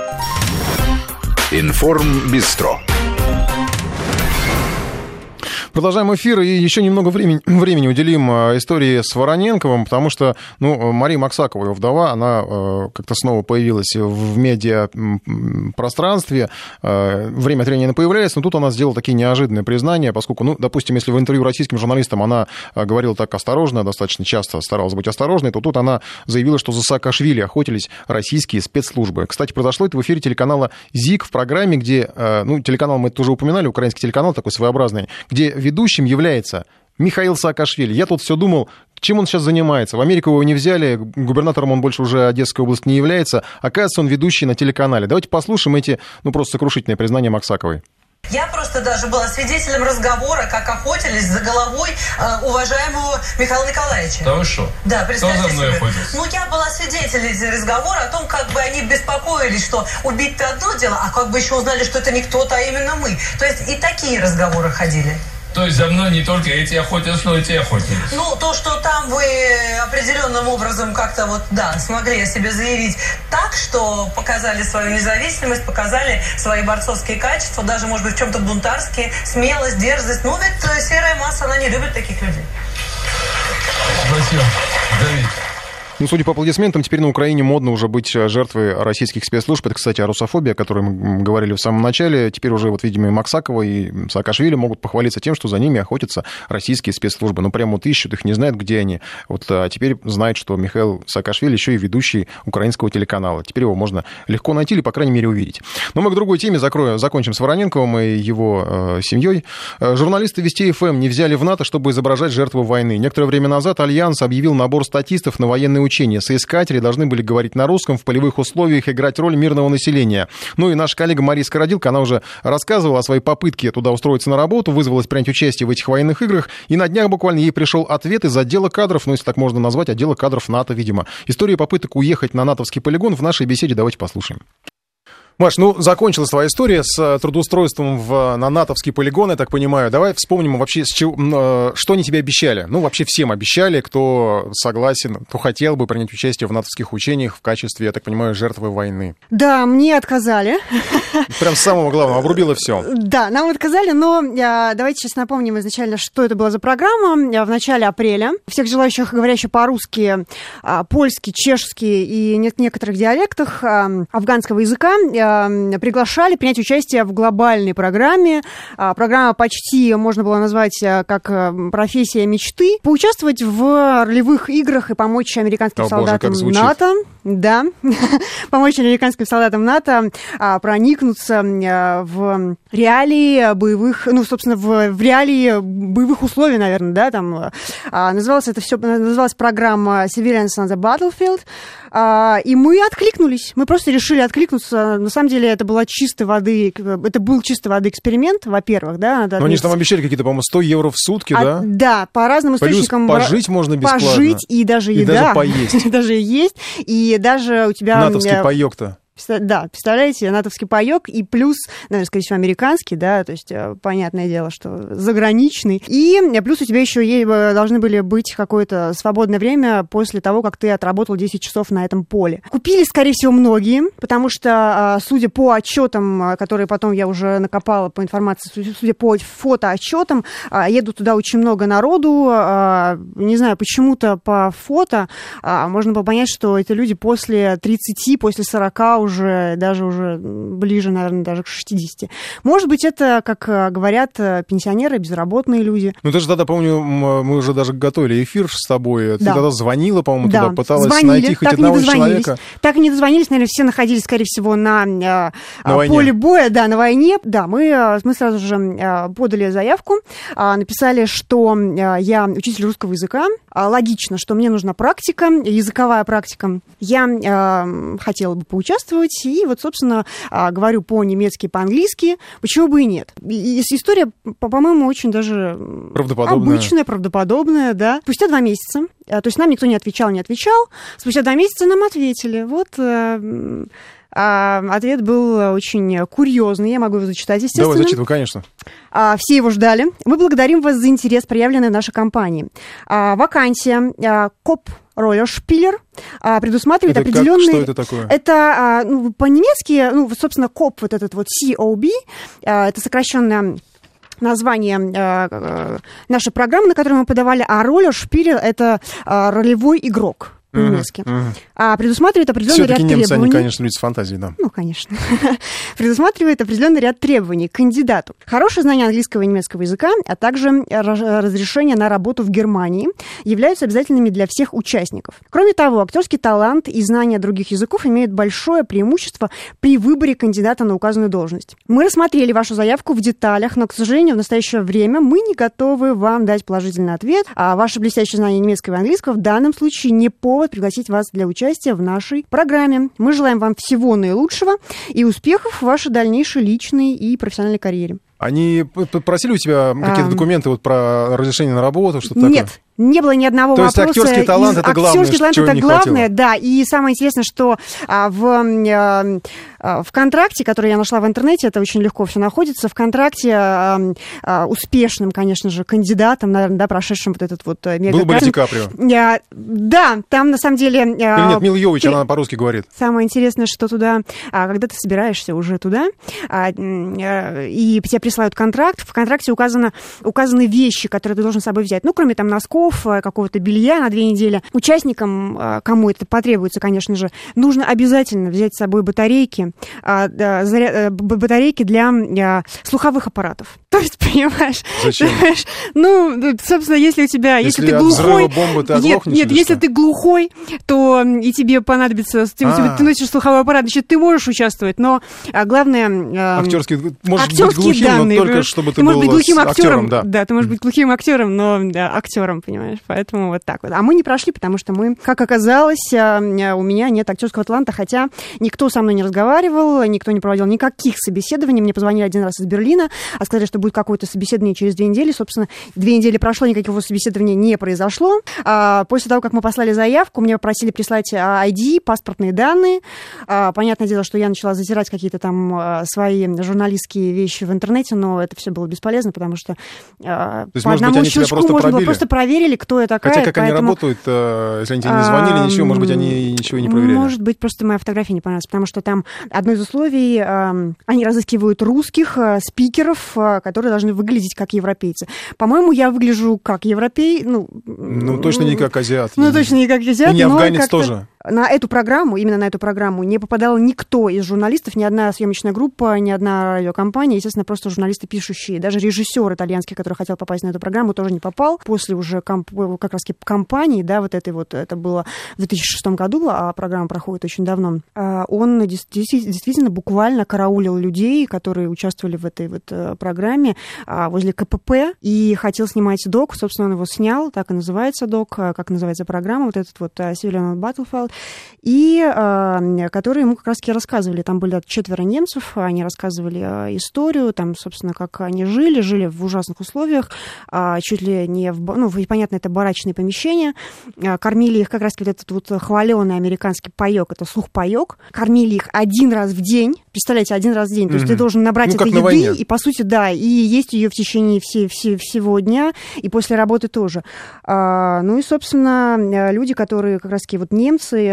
Информбистро. Продолжаем эфир и еще немного времени, времени уделим истории с Вороненковым, потому что ну, Мария Максакова, его вдова, она э, как-то снова появилась в медиапространстве. Э, время от времени она появляется, но тут она сделала такие неожиданные признания, поскольку, ну, допустим, если в интервью российским журналистам она говорила так осторожно, достаточно часто старалась быть осторожной, то тут она заявила, что за Саакашвили охотились российские спецслужбы. Кстати, произошло это в эфире телеканала ЗИК в программе, где, э, ну, телеканал мы это уже упоминали, украинский телеканал такой своеобразный, где ведущим является Михаил Саакашвили. Я тут все думал, чем он сейчас занимается. В Америку его не взяли, губернатором он больше уже Одесской области не является. Оказывается, он ведущий на телеканале. Давайте послушаем эти, ну, просто сокрушительные признания Максаковой. Я просто даже была свидетелем разговора, как охотились за головой э, уважаемого Михаила Николаевича. Да вы что? Да, представьте Кто за мной себе. охотился? Ну, я была свидетелем разговора о том, как бы они беспокоились, что убить-то одно дело, а как бы еще узнали, что это не кто-то, а именно мы. То есть и такие разговоры ходили. То есть за мной не только эти охотились, но и те охотились? Ну, то, что там вы определенным образом как-то вот, да, смогли о себе заявить так, что показали свою независимость, показали свои борцовские качества, даже, может быть, в чем-то бунтарские, смелость, дерзость. Ну, ведь серая масса, она не любит таких людей. Спасибо, Давид. Ну, судя по аплодисментам, теперь на Украине модно уже быть жертвой российских спецслужб. Это, кстати, о русофобии, о которой мы говорили в самом начале. Теперь уже, вот, видимо, и Максакова, и Саакашвили могут похвалиться тем, что за ними охотятся российские спецслужбы. Ну, прямо вот ищут, их не знают, где они. Вот а теперь знают, что Михаил Саакашвили еще и ведущий украинского телеканала. Теперь его можно легко найти или, по крайней мере, увидеть. Но мы к другой теме закроем, закончим с Вороненковым и его э, семьей. Журналисты Вести ФМ не взяли в НАТО, чтобы изображать жертву войны. Некоторое время назад Альянс объявил набор статистов на военные учения. Соискатели должны были говорить на русском, в полевых условиях играть роль мирного населения. Ну и наша коллега Мария Скородилка, она уже рассказывала о своей попытке туда устроиться на работу, вызвалась принять участие в этих военных играх, и на днях буквально ей пришел ответ из отдела кадров, ну если так можно назвать, отдела кадров НАТО, видимо. История попыток уехать на натовский полигон в нашей беседе давайте послушаем. Маш, ну, закончилась твоя история с трудоустройством в, на натовский полигон, я так понимаю. Давай вспомним вообще, с чего, что они тебе обещали. Ну, вообще всем обещали, кто согласен, кто хотел бы принять участие в натовских учениях в качестве, я так понимаю, жертвы войны. Да, мне отказали. Прям с самого главного, обрубило все. Да, нам отказали, но давайте сейчас напомним изначально, что это была за программа. В начале апреля всех желающих, говорящих по-русски, польский, чешский и некоторых диалектах афганского языка, приглашали принять участие в глобальной программе. Программа почти можно было назвать как профессия мечты. Поучаствовать в ролевых играх и помочь американским О, солдатам Боже, НАТО. Да, помочь американским солдатам НАТО проникнуться в реалии боевых, ну, собственно, в, в реалии боевых условий, наверное, да, там называлась это все, называлась программа Civilians on the Battlefield. И мы откликнулись, мы просто решили откликнуться. На самом деле это была чистой воды, это был чистой воды эксперимент, во-первых, да. Но они же там обещали какие-то, по-моему, сто евро в сутки, а, да? Да, по разным источникам. Плюс пожить можно бесплатно. Пожить и даже и еда. И даже поесть. Даже есть, и даже у тебя... Натовский паёк-то. Да, представляете, натовский паёк и плюс, наверное, скорее всего, американский, да, то есть понятное дело, что заграничный. И плюс у тебя еще должны были быть какое-то свободное время после того, как ты отработал десять часов на этом поле. Купили, скорее всего, многие, потому что, судя по отчетам, которые потом я уже накопала по информации, судя по фотоотчетам, едут туда очень много народу. Не знаю, почему-то по фото можно было понять, что это люди после тридцати, после сорока уже, даже уже ближе, наверное, даже к шестидесяти. Может быть, это, как говорят, пенсионеры, безработные люди. Ну, ты же тогда, помню, мы уже даже готовили эфир с тобой. Ты да. тогда звонила, по-моему, да. туда, пыталась Звонили, найти хоть одного человека. Так и не дозвонились, наверное, все находились, скорее всего, на, на поле боя, да, на войне. Да, мы, мы сразу же подали заявку, написали, что я учитель русского языка. Логично, что мне нужна практика, языковая практика. Я хотела бы поучаствовать. И вот, собственно, говорю по-немецки, по-английски. Почему бы и нет? И история, по-моему, очень даже правдоподобная. Обычная, правдоподобная, да. Спустя два месяца, то есть нам никто не отвечал, не отвечал. Спустя два месяца нам ответили. Вот... А ответ был очень курьезный, я могу его зачитать, естественно. Давай, зачитывай, конечно. А, все его ждали. Мы благодарим вас за интерес, проявленный нашей компании. А, вакансия а, коп роллершпилер предусматривает это определенные... Как? Что это такое? Это ну, по-немецки, ну, собственно, коп, вот этот вот си о би, это сокращенная название э, э, нашей программы, на которой мы подавали, а роллершпилер — это э, ролевой игрок. По-немецки. Uh-huh, uh-huh. А предусматривает определенный Все-таки ряд немцы, требований. Они, конечно, люди с фантазией, да. Ну, конечно. Предусматривает определенный ряд требований к кандидату. Хорошее знание английского и немецкого языка, а также разрешение на работу в Германии являются обязательными для всех участников. Кроме того, актерский талант и знание других языков имеют большое преимущество при выборе кандидата на указанную должность. Мы рассмотрели вашу заявку в деталях, но, к сожалению, в настоящее время мы не готовы вам дать положительный ответ, а ваше блестящее знание немецкого и английского в данном случае не повод пригласить вас для участия в нашей программе. Мы желаем вам всего наилучшего и успехов в вашей дальнейшей личной и профессиональной карьере. Они просили у тебя какие-то а... документы вот про разрешение на работу, что-то такое? Нет. Не было ни одного То вопроса. То есть актерский талант — это главное, актерский талант чего это не главное, хватило. Да. И самое интересное, что а, в, а, в контракте, который я нашла в интернете, это очень легко все находится, в контракте а, а, успешным, конечно же, кандидатом, наверное, да, прошедшим вот этот вот мега... Был бы Ди Каприо. А, да, там на самом деле... А, Или нет, Мила Йовович, ты... она по-русски говорит. Самое интересное, что туда, а, когда ты собираешься уже туда, а, а, и тебе присылают контракт, в контракте указано, указаны вещи, которые ты должен с собой взять. Ну, кроме там носков, какого-то белья на две недели. Участникам, кому это потребуется, конечно же, нужно обязательно взять с собой батарейки, батарейки для слуховых аппаратов. То есть, понимаешь? Зачем? Ну, собственно, если у тебя... Если, если ты глухой... бомбы, ты нет, нет, если ты глухой, то и тебе понадобится... Ты носишь слуховой аппарат, значит, ты можешь участвовать, но главное... Актерский, может быть глухим, данные, но только чтобы ты, ты был можешь быть глухим актером, актером, да. Да, ты можешь быть глухим актером, но да, актером, понимаешь? Поэтому вот так вот. А мы не прошли, потому что мы, как оказалось, у меня нет актерского таланта, хотя никто со мной не разговаривал, никто не проводил никаких собеседований. Мне позвонили один раз из Берлина, а сказали, что будет какое-то собеседование через две недели. Собственно, две недели прошло, никакого собеседования не произошло. А после того, как мы послали заявку, мне попросили прислать ай ди, паспортные данные. А, понятное дело, что я начала затирать какие-то там свои журналистские вещи в интернете, но это все было бесполезно, потому что То есть, по может одному быть, они тебя щелчку просто можно пробили? было просто проверили, кто я такая. Хотя как поэтому... они работают, если они тебе не звонили, ничего, может быть, они ничего и не проверяли. Может быть, просто моя фотография не понравилась, потому что там одно из условий, э, они разыскивают русских э, спикеров, э, которые должны выглядеть как европейцы. По-моему, я выгляжу как европей, ну... Ну, точно не как азиат. Ну, точно не как азиат, и не но афганец как-то... тоже. На эту программу, именно на эту программу, не попадал никто из журналистов, ни одна съемочная группа, ни одна радиокомпания, естественно, просто журналисты пишущие. Даже режиссер итальянский, который хотел попасть на эту программу, тоже не попал. После уже комп- как раз кампании, да, вот этой вот, это было в две тысячи шестом году, а программа проходит очень давно, он действительно буквально караулил людей, которые участвовали в этой вот программе возле ка пэ пэ, и хотел снимать док, собственно, он его снял, так и называется док, как называется программа, вот этот вот Civilian Battlefield, и э, которые ему как раз-таки рассказывали. Там были четверо немцев, они рассказывали э, историю, там, собственно, как они жили, жили в ужасных условиях, э, чуть ли не в... Ну, понятно, это барачные помещения. Э, кормили их как раз-таки вот этот вот хваленый американский паёк, это сухпаёк. Кормили их один раз в день. Представляете, один раз в день. Mm-hmm. То есть ты должен набрать ну, этой еды, и, по сути, да, и есть ее в течение все, все, всего дня, и после работы тоже. Э, ну и, собственно, люди, которые как раз-таки вот немцы,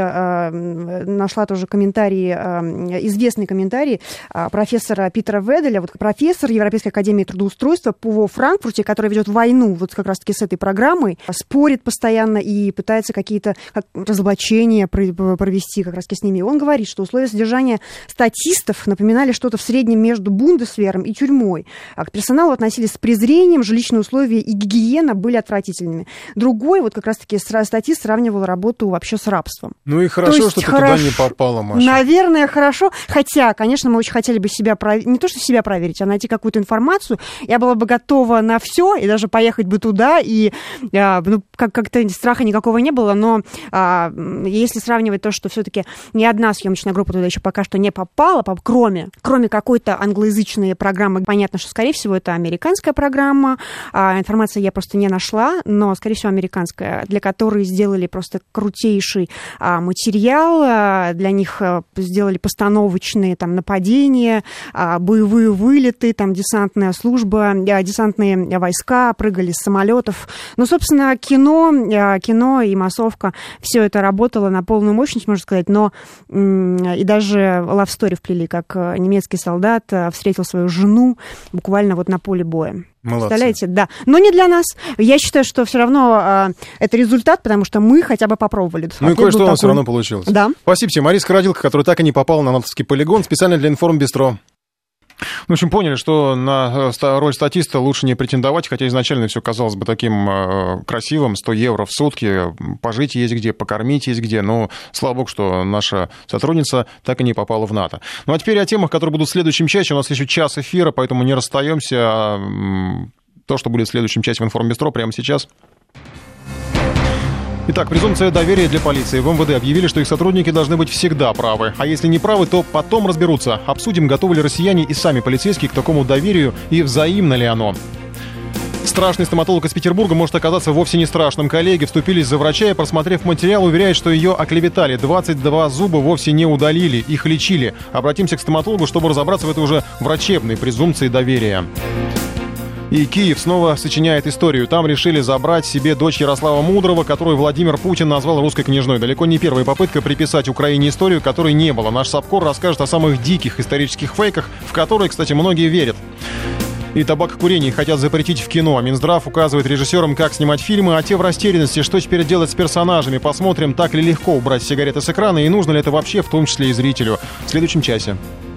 нашла тоже комментарий, известный комментарий профессора Питера Веделя, вот профессор Европейской академии трудоустройства по Франкфурте, который ведет войну вот как раз-таки с этой программой, спорит постоянно и пытается какие-то как, разоблачения провести как раз-таки с ними. Он говорит, что условия содержания статистов напоминали что-то в среднем между бундесвером и тюрьмой. К персоналу относились с презрением, жилищные условия и гигиена были отвратительными. Другой вот как раз-таки статист сравнивал работу вообще с рабством. Ну и хорошо, что ты хорошо, туда не попала, Маша. Наверное, хорошо. Хотя, конечно, мы очень хотели бы себя проверить, не то что себя проверить, а найти какую-то информацию. Я была бы готова на все и даже поехать бы туда, и ну, как- как-то страха никакого не было. Но а, если сравнивать то, что все-таки ни одна съемочная группа туда еще пока что не попала, кроме, кроме какой-то англоязычной программы, понятно, что, скорее всего, это американская программа. А, информации я просто не нашла, но, скорее всего, американская, для которой сделали просто крутейший материал. Для них сделали постановочные там нападения, боевые вылеты, там десантная служба, десантные войска прыгали с самолетов. Ну, собственно, кино, кино и массовка, все это работало на полную мощность, можно сказать, но и даже love story вплели, как немецкий солдат встретил свою жену буквально вот на поле боя. Молодцы. Представляете, да. Но не для нас. Я считаю, что все равно э, это результат, потому что мы хотя бы попробовали. Ну и кое-что у нас все равно получилось. Да. Спасибо тебе, Мариска Родилка, которая так и не попала на натовский полигон, специально для Информбистро. В общем, поняли, что на роль статиста лучше не претендовать, хотя изначально все казалось бы таким э, красивым, сто евро в сутки, пожить есть где, покормить есть где, но слава богу, что наша сотрудница так и не попала в НАТО. Ну а теперь о темах, которые будут в следующем часе. У нас еще час эфира, поэтому не расстаемся. А, то, что будет в следующем часе в Информбистро, прямо сейчас. Итак, презумпция доверия для полиции. В МВД объявили, что их сотрудники должны быть всегда правы. А если не правы, то потом разберутся. Обсудим, готовы ли россияне и сами полицейские к такому доверию и взаимно ли оно. Страшный стоматолог из Петербурга может оказаться вовсе не страшным. Коллеги вступились за врача и, просмотрев материал, уверяют, что ее оклеветали. двадцать два зуба вовсе не удалили, их лечили. Обратимся к стоматологу, чтобы разобраться в этой уже врачебной презумпции доверия. И Киев снова сочиняет историю. Там решили забрать себе дочь Ярослава Мудрого, которую Владимир Путин назвал русской княжной. Далеко не первая попытка приписать Украине историю, которой не было. Наш САПКОР расскажет о самых диких исторических фейках, в которые, кстати, многие верят. И табакокурение хотят запретить в кино. Минздрав указывает режиссерам, как снимать фильмы, а те в растерянности, что теперь делать с персонажами. Посмотрим, так ли легко убрать сигареты с экрана и нужно ли это вообще, в том числе и зрителю. В следующем часе.